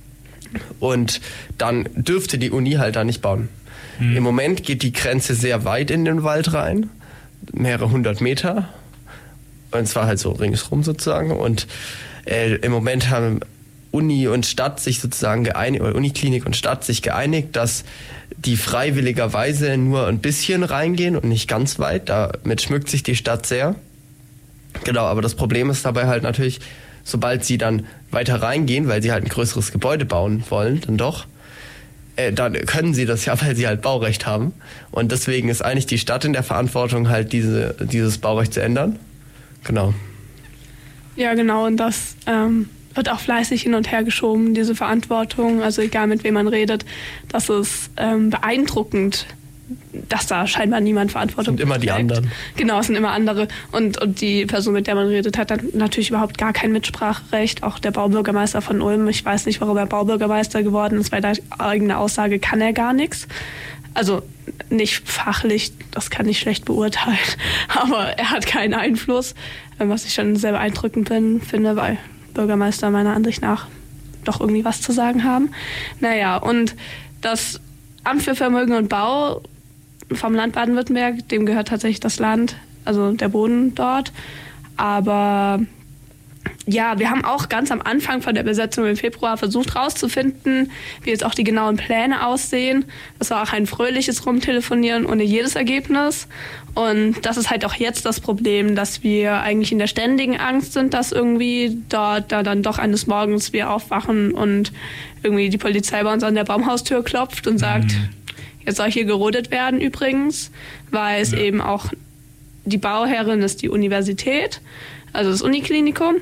Und dann dürfte die Uni halt da nicht bauen. Mhm. Im Moment geht die Grenze sehr weit in den Wald rein, mehrere hundert Meter. Und zwar halt so ringsrum sozusagen. Und äh, im Moment haben Uni und Stadt sich sozusagen geeinigt, oder Uniklinik und Stadt sich geeinigt, dass die freiwilligerweise nur ein bisschen reingehen und nicht ganz weit. Damit schmückt sich die Stadt sehr. Genau, aber das Problem ist dabei halt natürlich, sobald sie dann weiter reingehen, weil sie halt ein größeres Gebäude bauen wollen, dann doch, äh, dann können sie das ja, weil sie halt Baurecht haben. Und deswegen ist eigentlich die Stadt in der Verantwortung, halt diese, dieses Baurecht zu ändern. Genau. Ja, genau, und das ähm, wird auch fleißig hin und her geschoben, diese Verantwortung, also egal mit wem man redet, das ist ähm, beeindruckend, dass da scheinbar niemand Verantwortung trägt. Sind immer die anderen. Genau, es sind immer andere. Und, und die Person, mit der man redet, hat dann natürlich überhaupt gar kein Mitspracherecht. Auch der Baubürgermeister von Ulm, ich weiß nicht, warum er Baubürgermeister geworden ist, weil der eigene Aussage kann er gar nichts. Also nicht fachlich, das kann ich schlecht beurteilen, aber er hat keinen Einfluss, was ich schon sehr beeindruckend bin, finde, weil Bürgermeister meiner Ansicht nach doch irgendwie was zu sagen haben. Naja, und das Amt für Vermögen und Bau vom Land Baden-Württemberg, dem gehört tatsächlich das Land, also der Boden dort. Aber ja, wir haben auch ganz am Anfang von der Besetzung im Februar versucht rauszufinden, wie jetzt auch die genauen Pläne aussehen. Das war auch ein fröhliches Rumtelefonieren ohne jedes Ergebnis. Und das ist halt auch jetzt das Problem, dass wir eigentlich in der ständigen Angst sind, dass irgendwie dort da dann doch eines Morgens wir aufwachen und irgendwie die Polizei bei uns an der Baumhaustür klopft und sagt, mhm. jetzt soll hier gerodet werden übrigens, weil es ja. eben auch die Bauherrin ist die Universität, also das Uniklinikum.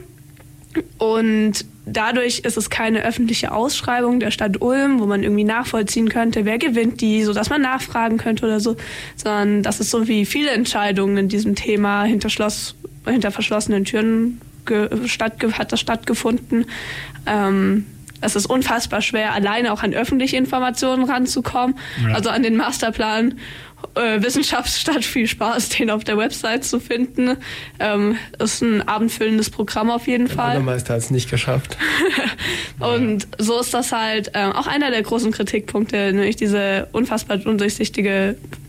Und dadurch ist es keine öffentliche Ausschreibung der Stadt Ulm, wo man irgendwie nachvollziehen könnte, wer gewinnt die, sodass man nachfragen könnte oder so, sondern das ist so wie viele Entscheidungen in diesem Thema hinter Schloss, hinter verschlossenen Türen ge, statt, hat das stattgefunden. Ähm, es ist unfassbar schwer, alleine auch an öffentliche Informationen ranzukommen, ja. also an den Masterplan Äh, Wissenschaftsstadt, viel Spaß, den auf der Website zu finden. Ähm, ist ein abendfüllendes Programm auf jeden der Fall. Der Bürgermeister hat es nicht geschafft. Und so ist das halt äh, auch einer der großen Kritikpunkte, nämlich diese unfassbar undurchsichtige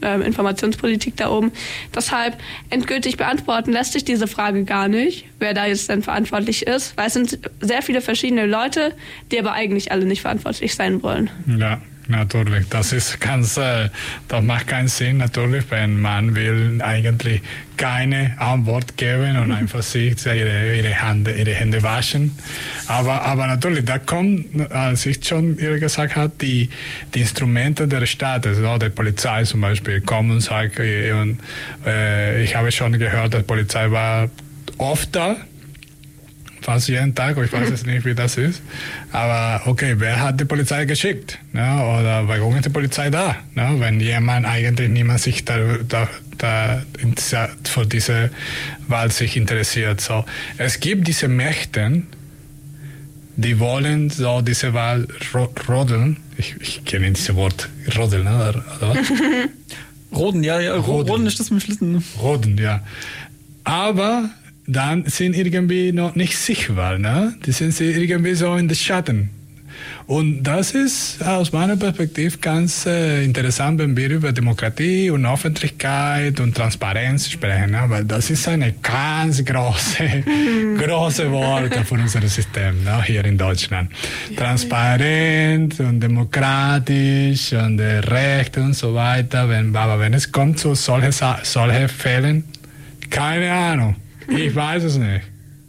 äh, Informationspolitik da oben. Deshalb endgültig beantworten lässt sich diese Frage gar nicht, wer da jetzt denn verantwortlich ist, weil es sind sehr viele verschiedene Leute, die aber eigentlich alle nicht verantwortlich sein wollen. Ja. Natürlich, das ist ganz, äh, das macht keinen Sinn natürlich, wenn man will eigentlich keine Antwort geben und einfach sich ihre, ihre, Hände, ihre Hände waschen. Aber, aber natürlich, da kommt, als ich schon gesagt habe, die, die Instrumente der Stadt, also der Polizei zum Beispiel, kommen und sagen, und, äh, ich habe schon gehört, die Polizei war oft da, fast jeden Tag, ich weiß jetzt nicht, wie das ist. Aber okay, wer hat die Polizei geschickt? Ne? Oder warum ist die Polizei da? Ne? Wenn jemand eigentlich niemand sich da, da, da für diese Wahl sich interessiert. So, es gibt diese Mächte, die wollen so diese Wahl rodeln. Ich, ich kenne dieses Wort, rodeln, oder, oder was? Roden, ja, ja, Roden. Roden ist das mit Schlitten. Roden, ja. Aber dann sind irgendwie noch nicht sichtbar, ne? Die sind irgendwie so in den Schatten. Und das ist aus meiner Perspektive ganz äh, interessant, wenn wir über Demokratie und Öffentlichkeit und Transparenz sprechen, ne? Weil das ist eine ganz große, große Worte für unser System, ne? Hier in Deutschland. Transparent und demokratisch und äh, Recht und so weiter. Wenn, aber wenn es kommt zu solchen solche Fällen, keine Ahnung. Ich weiß es nicht.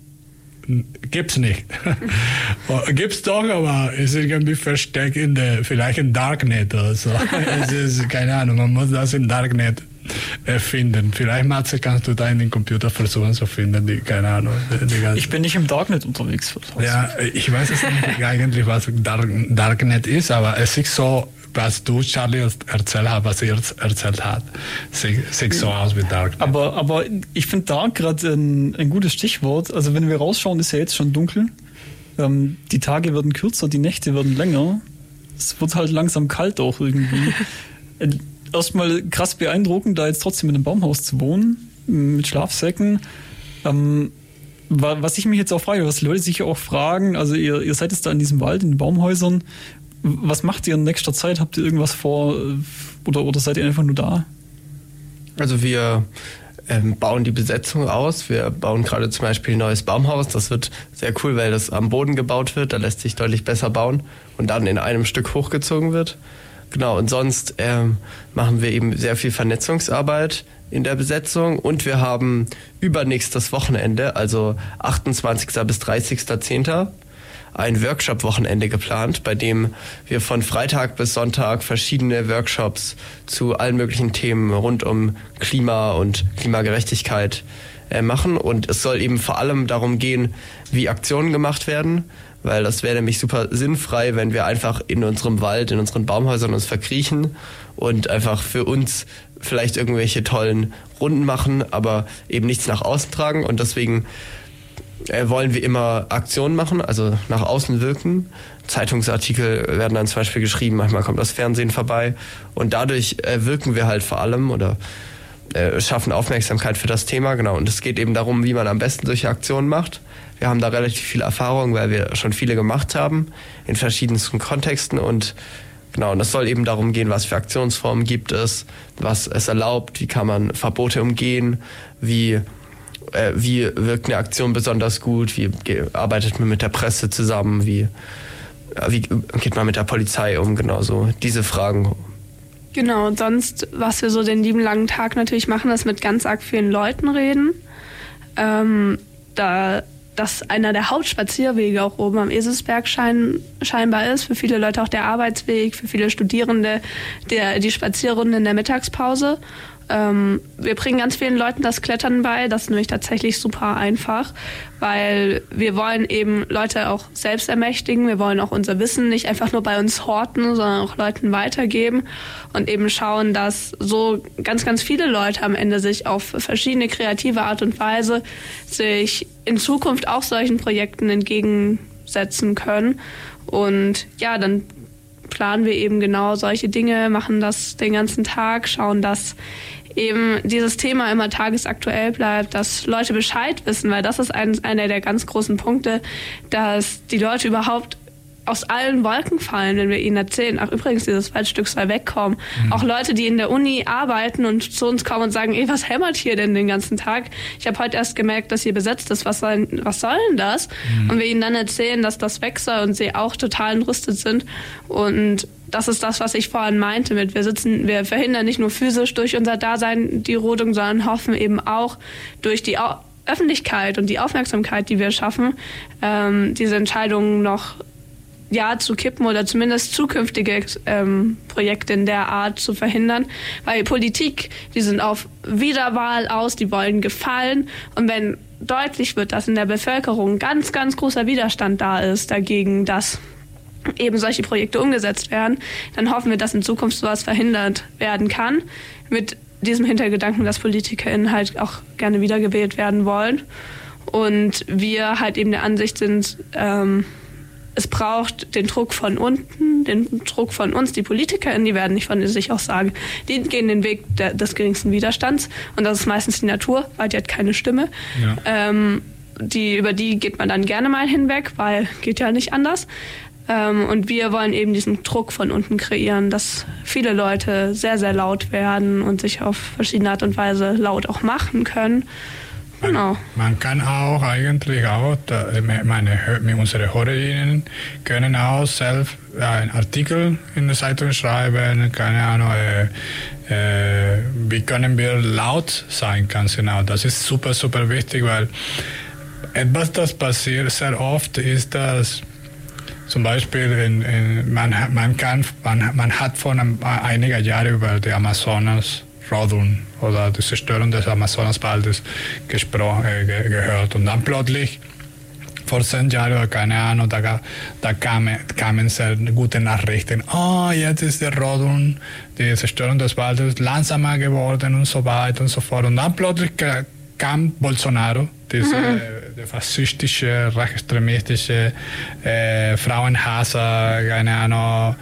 Gibt's nicht. Gibt's doch, aber ist irgendwie versteckt in der, vielleicht im Darknet oder so. Es ist, keine Ahnung, man muss das im Darknet finden. Vielleicht, Matze, kannst du da in den Computer versuchen zu finden, die, keine Ahnung. Die ich bin nicht im Darknet unterwegs. Ja, ich weiß es nicht eigentlich, was Dark, Darknet ist, aber es ist so, was du, Charlie, erzählt hast, was er erzählt hat. Sieht, sieht so aus wie Darknet. Aber, aber ich finde Dark gerade ein, ein gutes Stichwort. Also wenn wir rausschauen, ist ja jetzt schon dunkel. Ähm, die Tage werden kürzer, die Nächte werden länger. Es wird halt langsam kalt auch irgendwie. Erstmal krass beeindruckend, da jetzt trotzdem in einem Baumhaus zu wohnen, mit Schlafsäcken. Ähm, was ich mich jetzt auch frage, was Leute sich auch fragen, also ihr, ihr seid jetzt da in diesem Wald, in den Baumhäusern. Was macht ihr in nächster Zeit? Habt ihr irgendwas vor oder, oder seid ihr einfach nur da? Also wir ähm, bauen die Besetzung aus. Wir bauen gerade zum Beispiel ein neues Baumhaus. Das wird sehr cool, weil das am Boden gebaut wird. Da lässt sich deutlich besser bauen und dann in einem Stück hochgezogen wird. Genau, und sonst ähm, machen wir eben sehr viel Vernetzungsarbeit in der Besetzung und wir haben übernächstes Wochenende, also achtundzwanzigsten bis dreißigsten zehnten ein Workshop-Wochenende geplant, bei dem wir von Freitag bis Sonntag verschiedene Workshops zu allen möglichen Themen rund um Klima und Klimagerechtigkeit äh, machen. Und es soll eben vor allem darum gehen, wie Aktionen gemacht werden, weil das wäre nämlich super sinnfrei, wenn wir einfach in unserem Wald, in unseren Baumhäusern uns verkriechen und einfach für uns vielleicht irgendwelche tollen Runden machen, aber eben nichts nach außen tragen. Und deswegen Äh, wollen wir immer Aktionen machen, also nach außen wirken. Zeitungsartikel werden dann zum Beispiel geschrieben, manchmal kommt das Fernsehen vorbei und dadurch äh, wirken wir halt vor allem oder äh, schaffen Aufmerksamkeit für das Thema, genau. Und es geht eben darum, wie man am besten solche Aktionen macht. Wir haben da relativ viel Erfahrung, weil wir schon viele gemacht haben in verschiedensten Kontexten und genau, und es soll eben darum gehen, was für Aktionsformen gibt es, was es erlaubt, wie kann man Verbote umgehen, wie Wie wirkt eine Aktion besonders gut? Wie arbeitet man mit der Presse zusammen? Wie, wie geht man mit der Polizei um? Genau so diese Fragen. Genau, und sonst, was wir so den lieben langen Tag natürlich machen, ist mit ganz arg vielen Leuten reden. Ähm, da das einer der Hauptspazierwege auch oben am Eselsberg schein, scheinbar ist. Für viele Leute auch der Arbeitsweg, für viele Studierende der, die Spazierrunde in der Mittagspause. Ähm, wir bringen ganz vielen Leuten das Klettern bei. Das ist nämlich tatsächlich super einfach, weil wir wollen eben Leute auch selbst ermächtigen. Wir wollen auch unser Wissen nicht einfach nur bei uns horten, sondern auch Leuten weitergeben und eben schauen, dass so ganz, ganz viele Leute am Ende sich auf verschiedene kreative Art und Weise sich in Zukunft auch solchen Projekten entgegensetzen können. Und ja, dann planen wir eben genau solche Dinge, machen das den ganzen Tag, schauen, dass eben dieses Thema immer tagesaktuell bleibt, dass Leute Bescheid wissen, weil das ist ein, einer der ganz großen Punkte, dass die Leute überhaupt aus allen Wolken fallen, wenn wir ihnen erzählen, ach übrigens, dieses Waldstück soll wegkommen. Mhm. Auch Leute, die in der Uni arbeiten und zu uns kommen und sagen, ey, was hämmert hier denn den ganzen Tag? Ich habe heute erst gemerkt, dass hier besetzt ist. Was soll, was soll denn das? Mhm. Und wir ihnen dann erzählen, dass das weg soll und sie auch total entrüstet sind. Und das ist das, was ich vorhin meinte mit, wir sitzen, wir verhindern nicht nur physisch durch unser Dasein die Rodung, sondern hoffen eben auch durch die Au- Öffentlichkeit und die Aufmerksamkeit, die wir schaffen, ähm, diese Entscheidungen noch ja zu kippen oder zumindest zukünftige ähm, Projekte in der Art zu verhindern, weil Politik, die sind auf Wiederwahl aus, die wollen gefallen, und wenn deutlich wird, dass in der Bevölkerung ganz, ganz großer Widerstand da ist dagegen, dass eben solche Projekte umgesetzt werden, dann hoffen wir, dass in Zukunft sowas verhindert werden kann, mit diesem Hintergedanken, dass PolitikerInnen halt auch gerne wiedergewählt werden wollen, und wir halt eben der Ansicht sind, ähm, es braucht den Druck von unten, den Druck von uns, die PolitikerInnen, die werden nicht von sich auch sagen, die gehen den Weg der, des geringsten Widerstands, und das ist meistens die Natur, weil die hat keine Stimme. Ja. Ähm, die, über die geht man dann gerne mal hinweg, weil geht ja nicht anders. Ähm, und wir wollen eben diesen Druck von unten kreieren, dass viele Leute sehr, sehr laut werden und sich auf verschiedene Art und Weise laut auch machen können. Genau. Man, man kann auch eigentlich auch, meine, unsere Hörerinnen können auch selbst einen Artikel in der Zeitung schreiben, keine Ahnung, äh, äh, wie können wir laut sein, ganz genau. Das ist super, super wichtig, weil etwas, das passiert sehr oft, ist, dass zum Beispiel in, in, man, man, kann, man, man hat vor einem, einiger Jahre über die Amazonas Rodung oder die Zerstörung des Amazonaswaldes gesprochen, äh, ge- gehört. Und dann plötzlich, vor zehn Jahren oder keine Ahnung, da, da kamen, kamen sehr gute Nachrichten. Oh, jetzt ist die Rodung, die Zerstörung des Waldes langsamer geworden und so weiter und so fort. Und dann plötzlich kam Bolsonaro, dieser mhm. der faschistische, rechtsextremistische äh, Frauenhasser, keine Ahnung,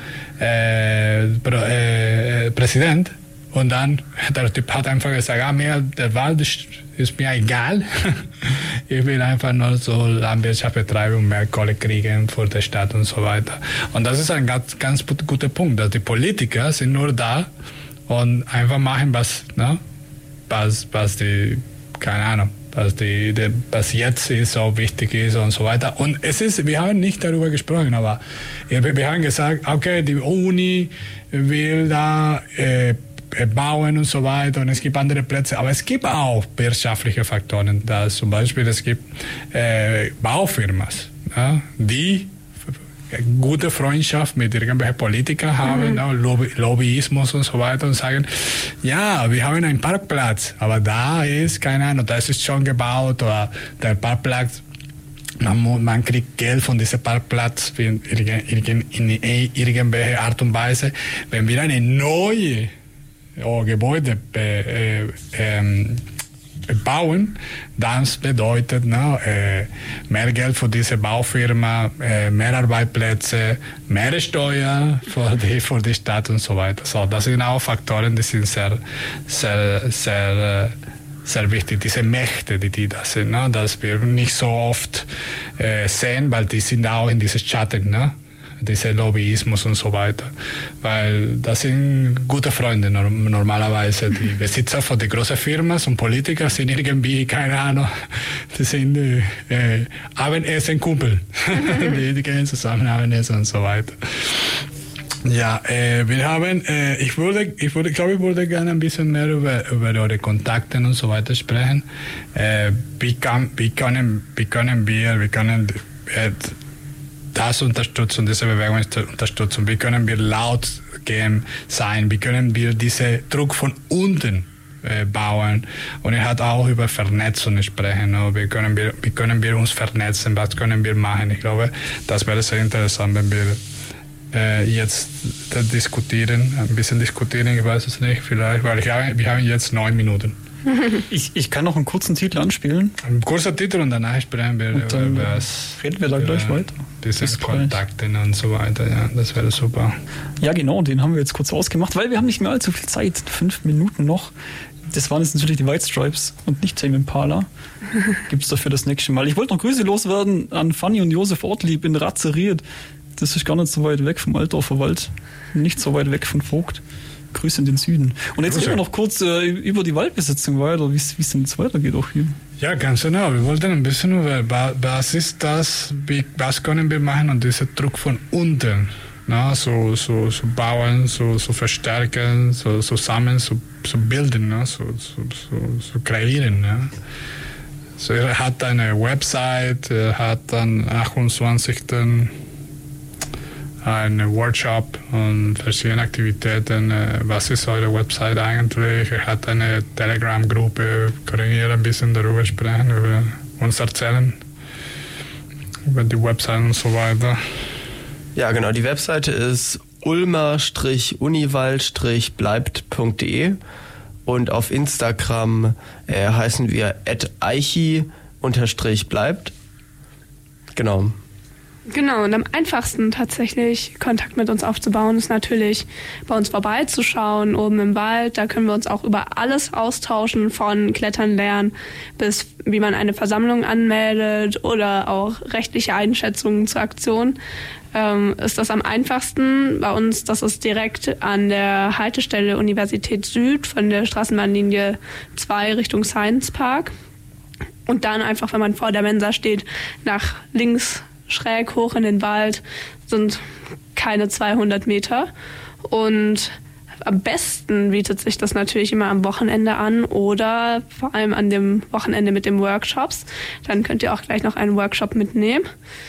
äh, äh, Präsident. Und dann der Typ hat einfach gesagt, ah, mir, der Wald ist, ist mir egal. Ich will einfach nur so Landwirtschaft betreiben und mehr Kohle kriegen für die Stadt und so weiter. Und das ist ein ganz, ganz guter Punkt, dass die Politiker sind nur da und einfach machen, was, ne, was, was die, keine Ahnung, was, die, die, was jetzt ist, so wichtig ist und so weiter. Und es ist, wir haben nicht darüber gesprochen, aber wir haben gesagt, okay, die Uni will da äh, bauen und so weiter, und es gibt andere Plätze, aber es gibt auch wirtschaftliche Faktoren, da zum Beispiel es gibt äh, Baufirmen, ja, die gute Freundschaft mit irgendwelchen Politikern haben, mhm. ja, Lobby, Lobbyismus und so weiter, und sagen, ja, wir haben einen Parkplatz, aber da ist, keine Ahnung, das ist schon gebaut, oder der Parkplatz, man, man kriegt Geld von diesem Parkplatz in, in, in, in irgendwelche Art und Weise. Wenn wir eine neue oh, Gebäude äh, äh, bauen, das bedeutet ne, äh, mehr Geld für diese Baufirma, äh, mehr Arbeitsplätze, mehr Steuer für die, für die Stadt und so weiter. So, das sind auch Faktoren, die sind sehr, sehr, sehr, sehr wichtig. Diese Mächte, die, die da sind, ne, dass wir nicht so oft äh, sehen, weil die sind auch in diesem Schatten, ne? Dieser Lobbyismus und so weiter. Weil das sind gute Freunde normalerweise. Die Besitzer von den großen Firmen und Politiker sind irgendwie, keine Ahnung, die sind äh, Abendessen-Kumpel. die, die gehen zusammen Abendessen und so weiter. Ja, äh, wir haben, äh, ich würde, ich würde, glaube ich, würde gerne ein bisschen mehr über, über eure Kontakte und so weiter sprechen. Äh, wie, kann, wie, können, wie können wir, wie können äh, das unterstützen, diese Bewegung unterstützen? Wie können wir laut gehen sein? Wie können wir diesen Druck von unten äh, bauen? Und er hat auch über Vernetzung sprechen. No? Wie, können wir, wie können wir uns vernetzen? Was können wir machen? Ich glaube, das wäre sehr interessant, wenn wir äh, jetzt diskutieren, ein bisschen diskutieren, ich weiß es nicht, vielleicht, weil ich habe, wir haben jetzt neun Minuten. Ich, ich kann noch einen kurzen Titel anspielen. Ein kurzer Titel und danach sprechen wir und dann über reden wir da gleich weiter. Diese Kontakte und so weiter, ja, das wäre super. Ja, genau, den haben wir jetzt kurz ausgemacht, weil wir haben nicht mehr allzu viel Zeit, fünf Minuten noch. Das waren jetzt natürlich die White Stripes und nicht Tame Impala. Gibt es dafür das nächste Mal. Ich wollte noch Grüße loswerden an Fanny und Josef Ortlieb in Razeriert. Das ist gar nicht so weit weg vom Altdorfer Wald. Nicht so weit weg von Vogt. Grüße in den Süden. Und jetzt Grüße. gehen wir noch kurz äh, über die Waldbesetzung weiter, wie es denn jetzt weitergeht auch hier. Ja, ganz genau. Wir wollten ein bisschen über, was ist das, wie, was können wir machen und dieser Druck von unten, na, so, so, so bauen, so, so verstärken, so, so sammeln, so, so bilden, na, so, so, so, so kreieren. Ja. So, er hat eine Website, er hat am achtundzwanzigsten einen Workshop und verschiedene Aktivitäten. Was ist eure Website eigentlich? Er hat eine Telegram-Gruppe. Können wir ein bisschen darüber sprechen, über uns erzählen? Über die Website und so weiter. Ja, genau. Die Webseite ist ulmer uniwald bleibt punkt de und auf Instagram äh, heißen wir at eichi bleibt. Genau. Genau, und am einfachsten tatsächlich Kontakt mit uns aufzubauen, ist natürlich bei uns vorbeizuschauen, oben im Wald. Da können wir uns auch über alles austauschen, von Klettern lernen bis wie man eine Versammlung anmeldet oder auch rechtliche Einschätzungen zur Aktion. Ähm, ist das am einfachsten bei uns, das ist direkt an der Haltestelle Universität Süd von der Straßenbahnlinie zwei Richtung Science Park. Und dann einfach, wenn man vor der Mensa steht, nach links schräg hoch in den Wald, sind keine zweihundert Meter. Und am besten bietet sich das natürlich immer am Wochenende an oder vor allem an dem Wochenende mit den Workshops. Dann könnt ihr auch gleich noch einen Workshop mitnehmen.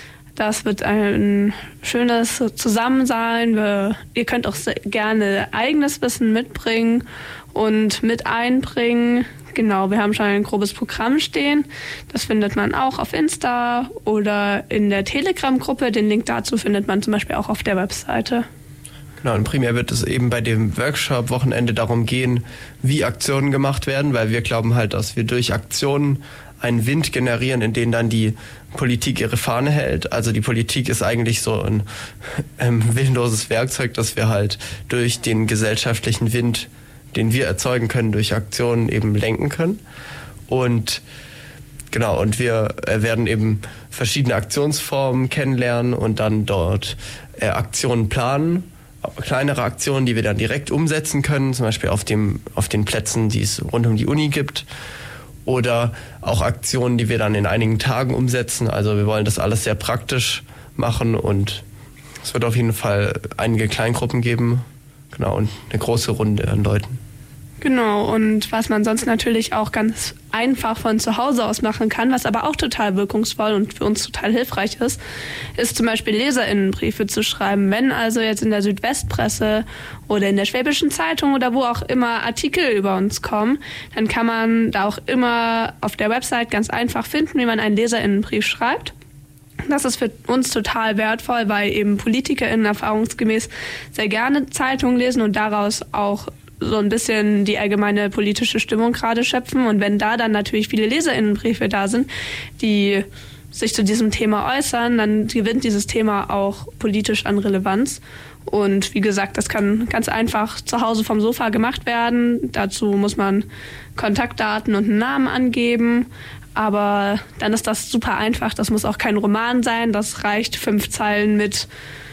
Das wird ein schönes Zusammensein. Wir, ihr könnt auch sehr gerne eigenes Wissen mitbringen und mit einbringen. Genau, wir haben schon ein grobes Programm stehen. Das findet man auch auf Insta oder in der Telegram-Gruppe. Den Link dazu findet man zum Beispiel auch auf der Webseite. Genau, und primär wird es eben bei dem Workshop-Wochenende darum gehen, wie Aktionen gemacht werden, weil wir glauben halt, dass wir durch Aktionen einen Wind generieren, in den dann die Politik ihre Fahne hält. Also die Politik ist eigentlich so ein ähm, willenloses Werkzeug, das wir halt durch den gesellschaftlichen Wind, den wir erzeugen können, durch Aktionen eben lenken können. Und genau, und wir werden eben verschiedene Aktionsformen kennenlernen und dann dort äh, Aktionen planen, kleinere Aktionen, die wir dann direkt umsetzen können, zum Beispiel auf dem, auf den Plätzen, die es rund um die Uni gibt. Oder auch Aktionen, die wir dann in einigen Tagen umsetzen. Also wir wollen das alles sehr praktisch machen und es wird auf jeden Fall einige Kleingruppen geben. Genau, und eine große Runde an Leuten. Genau, und was man sonst natürlich auch ganz einfach von zu Hause aus machen kann, was aber auch total wirkungsvoll und für uns total hilfreich ist, ist zum Beispiel LeserInnenbriefe zu schreiben. Wenn also jetzt in der Südwestpresse oder in der Schwäbischen Zeitung oder wo auch immer Artikel über uns kommen, dann kann man da auch immer auf der Website ganz einfach finden, wie man einen LeserInnenbrief schreibt. Das ist für uns total wertvoll, weil eben PolitikerInnen erfahrungsgemäß sehr gerne Zeitungen lesen und daraus auch so ein bisschen die allgemeine politische Stimmung gerade schöpfen. Und wenn da dann natürlich viele LeserInnenbriefe da sind, die sich zu diesem Thema äußern, dann gewinnt dieses Thema auch politisch an Relevanz. Und wie gesagt, das kann ganz einfach zu Hause vom Sofa gemacht werden. Dazu muss man Kontaktdaten und einen Namen angeben. Aber dann ist das super einfach. Das muss auch kein Roman sein. Das reicht fünf Zeilen mit: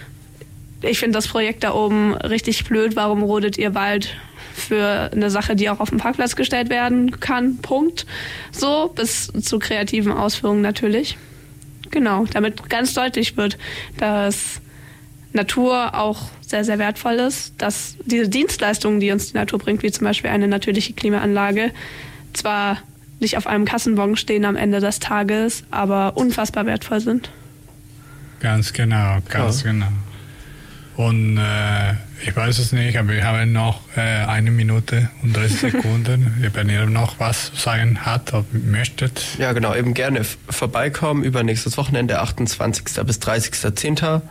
Ich finde das Projekt da oben richtig blöd. Warum rodet ihr Wald für eine Sache, die auch auf dem Parkplatz gestellt werden kann? Punkt. So, bis zu kreativen Ausführungen natürlich. Genau, damit ganz deutlich wird, dass Natur auch sehr, sehr wertvoll ist. Dass diese Dienstleistungen, die uns die Natur bringt, wie zum Beispiel eine natürliche Klimaanlage, zwar nicht auf einem Kassenbon stehen am Ende des Tages, aber unfassbar wertvoll sind. Ganz genau, ganz ja. genau. Und äh, ich weiß es nicht, aber wir haben noch äh, eine Minute und dreißig Sekunden. Wenn ihr noch was sagen habt oder möchtet. Ja, genau, eben gerne vorbeikommen über nächstes Wochenende, achtundzwanzigsten bis dreißigsten zehnten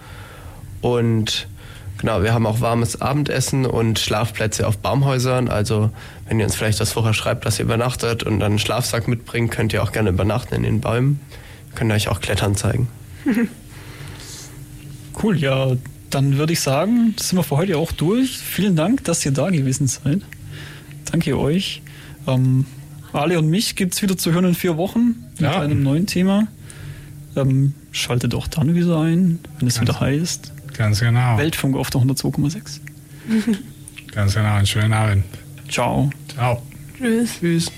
Und genau, wir haben auch warmes Abendessen und Schlafplätze auf Baumhäusern. Also wenn ihr uns vielleicht das vorher schreibt, dass ihr übernachtet und dann einen Schlafsack mitbringt, könnt ihr auch gerne übernachten in den Bäumen. Könnt ihr euch auch Klettern zeigen. Cool, ja. Dann würde ich sagen, sind wir für heute auch durch. Vielen Dank, dass ihr da gewesen seid. Danke euch. Ähm, Ale und mich gibt es wieder zu hören in vier Wochen mit ja. einem neuen Thema. Ähm, schaltet auch dann wieder ein, wenn es Ganz- wieder heißt. Ganz genau. Weltfunk auf der hundertzwei Komma sechs. Ganz genau. Einen schönen Abend. Ciao. Ciao. Tschüss. Tschüss.